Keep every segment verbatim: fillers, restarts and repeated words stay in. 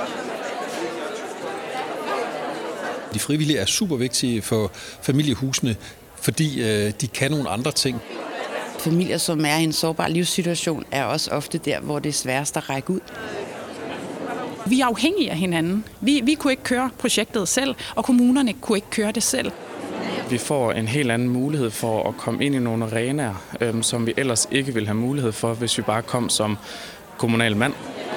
De frivillige er super vigtige for familiehusene, fordi øh, de kan nogle andre ting. Familier, som er i en sårbar livssituation, er også ofte der, hvor det er sværest at række ud. Vi er afhængige af hinanden. Vi, vi kunne ikke køre projektet selv, og kommunerne kunne ikke køre det selv. Vi får en helt anden mulighed for at komme ind i nogle arenaer, øhm, som vi ellers ikke ville have mulighed for, hvis vi bare kom som kommunal mand.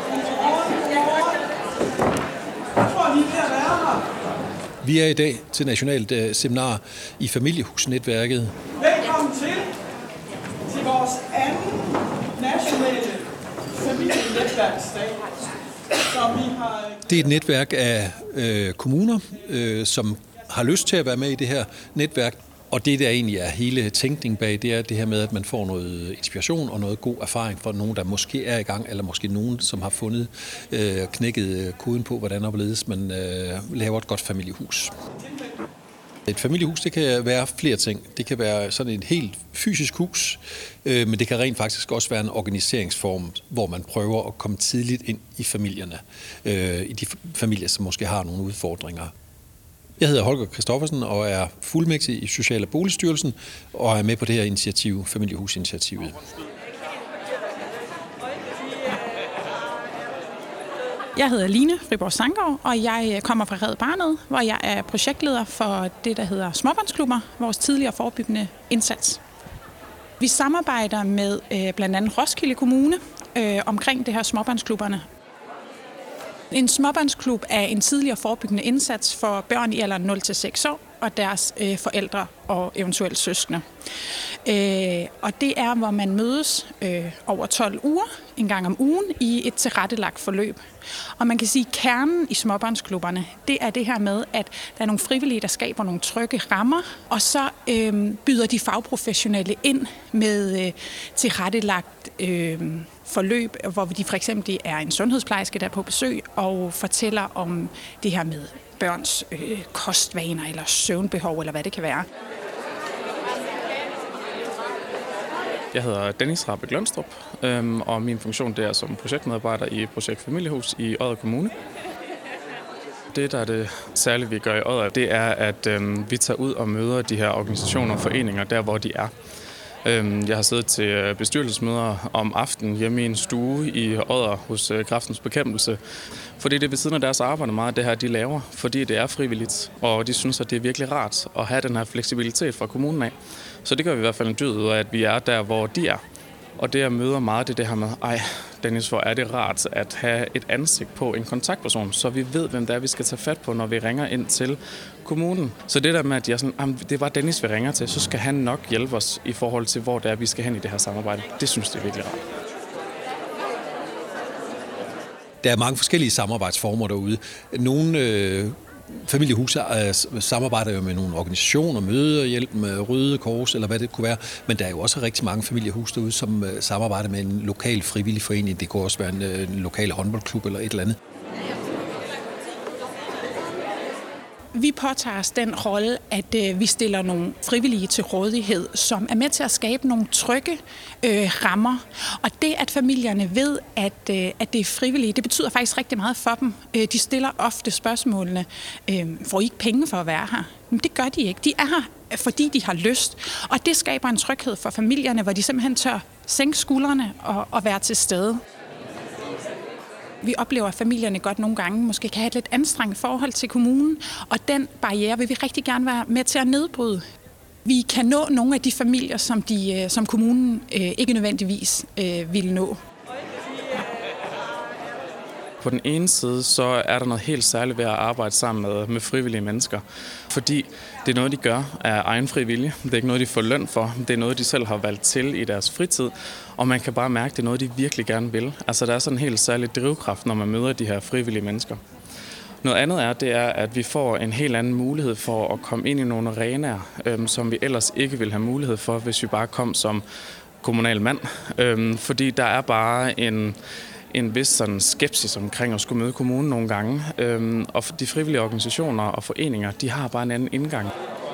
Vi er i dag til nationalt uh, seminar i familiehusnetværket. Velkommen til, til vores anden nationale familienetværksdag. Det er et netværk af øh, kommuner, øh, som har lyst til at være med i det her netværk. Og det, der egentlig er hele tænkningen bag, det er det her med, at man får noget inspiration og noget god erfaring fra nogen, der måske er i gang, eller måske nogen, som har fundet øh, knækket koden på, hvordan opledes man øh, laver et godt familiehus. Et familiehus, det kan være flere ting. Det kan være sådan et helt fysisk hus, øh, men det kan rent faktisk også være en organiseringsform, hvor man prøver at komme tidligt ind i familierne, øh, i de familier, som måske har nogle udfordringer. Jeg hedder Holger Christoffersen og er fuldmægtig i Social- og Boligstyrelsen og er med på det her initiativ, Familiehusinitiativet. Jeg hedder Line Friborg Sanggaard, og jeg kommer fra Red Barnet, hvor jeg er projektleder for det, der hedder Småbørnsklubber, vores tidligere forebyggende indsats. Vi samarbejder med øh, blandt andet Roskilde Kommune øh, omkring det her småbørnsklubberne. En småbørnsklub er en tidligere forebyggende indsats for børn i alderen nul til seks år og deres øh, forældre og eventuelt søskende. Øh, og det er, hvor man mødes øh, over tolv uger, en gang om ugen, i et tilrettelagt forløb. Og man kan sige, at kernen i småbørnsklubberne, det er det her med, at der er nogle frivillige, der skaber nogle trygge rammer, og så øh, byder de fagprofessionelle ind med øh, tilrettelagt øh, forløb, hvor de for eksempel er en sundhedsplejerske, der er på besøg og fortæller om det her med børns øh, kostvaner eller søvnbehov, eller hvad det kan være. Jeg hedder Dennis Rappe Glønstrup, øhm, og min funktion det er som projektmedarbejder i Projekt Familiehus i Odder Kommune. Det, der er det særlige, vi gør i Odder, det er, at øhm, vi tager ud og møder de her organisationer og foreninger der, hvor de er. Jeg har siddet til bestyrelsesmøder om aftenen hjemme i en stue i Odder hos Kræftens Bekæmpelse. Fordi det er ved siden af deres arbejde meget, det her de laver, fordi det er frivilligt, og de synes, at det er virkelig rart at have den her fleksibilitet fra kommunen af. Så det gør vi i hvert fald en dyd ud af, at vi er der, hvor de er. Og det, jeg møder meget, det er det her med, ej, Dennis, hvor er det rart at have et ansigt på en kontaktperson, så vi ved, hvem det er, vi skal tage fat på, når vi ringer ind til kommunen. Så det der med, at jeg sådan, det var Dennis, vi ringer til, så skal han nok hjælpe os i forhold til, hvor det er, vi skal hen i det her samarbejde. Det synes jeg er virkelig rart. Der er mange forskellige samarbejdsformer derude. Nogle øh, familiehuse øh, samarbejder jo med nogle organisationer, møderhjælp med Røde Kors, eller hvad det kunne være. Men der er jo også rigtig mange familiehuse derude, som øh, samarbejder med en lokal frivillig forening. Det kunne også være en, øh, en lokal håndboldklub eller et eller andet. Vi påtager os den rolle, at øh, vi stiller nogle frivillige til rådighed, som er med til at skabe nogle trygge øh, rammer. Og det, at familierne ved, at, øh, at det er frivillige, det betyder faktisk rigtig meget for dem. Øh, de stiller ofte spørgsmålene, øh, får I ikke penge for at være her? Men det gør de ikke. De er her, fordi de har lyst. Og det skaber en tryghed for familierne, hvor de simpelthen tør sænke skuldrene og, og være til stede. Vi oplever, at familierne godt nogle gange måske kan have et lidt anstrengt forhold til kommunen, og den barriere vil vi rigtig gerne være med til at nedbryde. Vi kan nå nogle af de familier, som, de, som kommunen øh, ikke nødvendigvis øh, vil nå. På den ene side, så er der noget helt særligt ved at arbejde sammen med, med frivillige mennesker. Fordi det er noget, de gør af egen frivillige. Det er ikke noget, de får løn for. Det er noget, de selv har valgt til i deres fritid. Og man kan bare mærke, at det er noget, de virkelig gerne vil. Altså, der er sådan en helt særlig drivkraft, når man møder de her frivillige mennesker. Noget andet er, det er, at vi får en helt anden mulighed for at komme ind i nogle arenaer, øhm, som vi ellers ikke ville have mulighed for, hvis vi bare kom som kommunal mand. Øhm, fordi der er bare en... en vis sådan skepsis omkring at skulle møde kommunen nogle gange. Øhm, og de frivillige organisationer og foreninger, de har bare en anden indgang.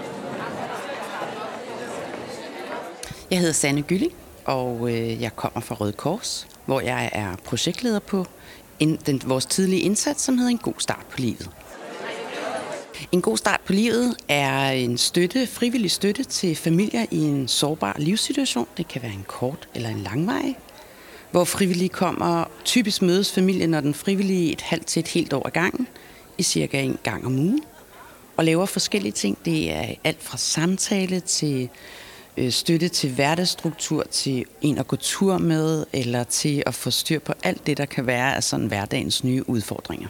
Jeg hedder Sanne Gylling, og øh, jeg kommer fra Røde Kors, hvor jeg er projektleder på en, den, vores tidlige indsats, som hedder En god start på livet. En god start på livet er en støtte, frivillig støtte til familier i en sårbar livssituation. Det kan være en kort eller en langvarig, hvor frivillige kommer. Typisk mødes familien og den frivillige et halvt til et helt år ad gangen, i cirka en gang om ugen, og laver forskellige ting. Det er alt fra samtale til øh, støtte til hverdagsstruktur, til en at gå tur med, eller til at få styr på alt det, der kan være af sådan hverdagens nye udfordringer.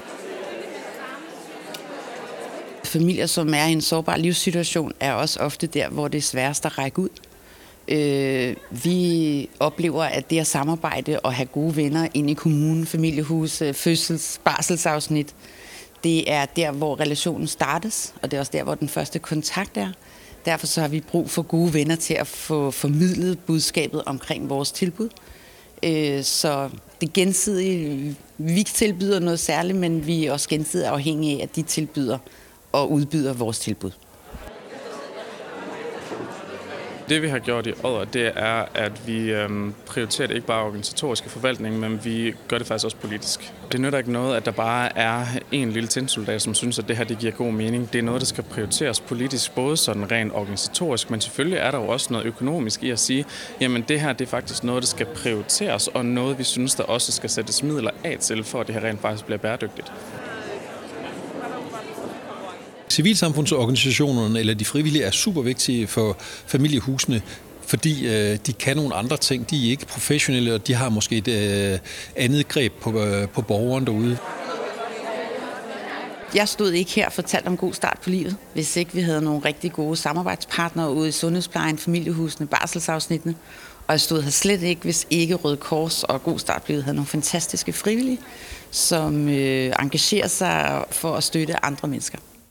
Familier, som er i en sårbar livssituation, er også ofte der, hvor det er sværest at række ud. Øh, vi oplever, at det at samarbejde og have gode venner ind i kommunen, familiehus, fødsels, barselsafsnit, det er der, hvor relationen startes, og det er også der, hvor den første kontakt er. Derfor så har vi brug for gode venner til at få formidlet budskabet omkring vores tilbud. Øh, så det gensidige, vi tilbyder noget særligt, men vi er også gensidigt afhængige af, at de tilbyder og udbyder vores tilbud. Det vi har gjort i Odder, det er, at vi øhm, prioriterer det ikke bare organisatoriske forvaltning, men vi gør det faktisk også politisk. Det nytter ikke noget, at der bare er en lille tændsoldat, som synes, at det her det giver god mening. Det er noget, der skal prioriteres politisk, både sådan rent organisatorisk, men selvfølgelig er der jo også noget økonomisk i at sige, jamen det her det er faktisk noget, der skal prioriteres, og noget, vi synes, der også skal sættes midler af til, for at det her rent faktisk bliver bæredygtigt. Civilsamfundsorganisationerne eller de frivillige er super vigtige for familiehusene, fordi øh, de kan nogle andre ting. De er ikke professionelle, og de har måske et øh, andet greb på, øh, på borgeren derude. Jeg stod ikke her og fortalte om god start på livet, hvis ikke vi havde nogle rigtig gode samarbejdspartnere ude i sundhedsplejen, familiehusene, barselsafsnittene. Og jeg stod her slet ikke, hvis ikke Røde Kors og God Start på Livet havde nogle fantastiske frivillige, som øh, engagerer sig for at støtte andre mennesker.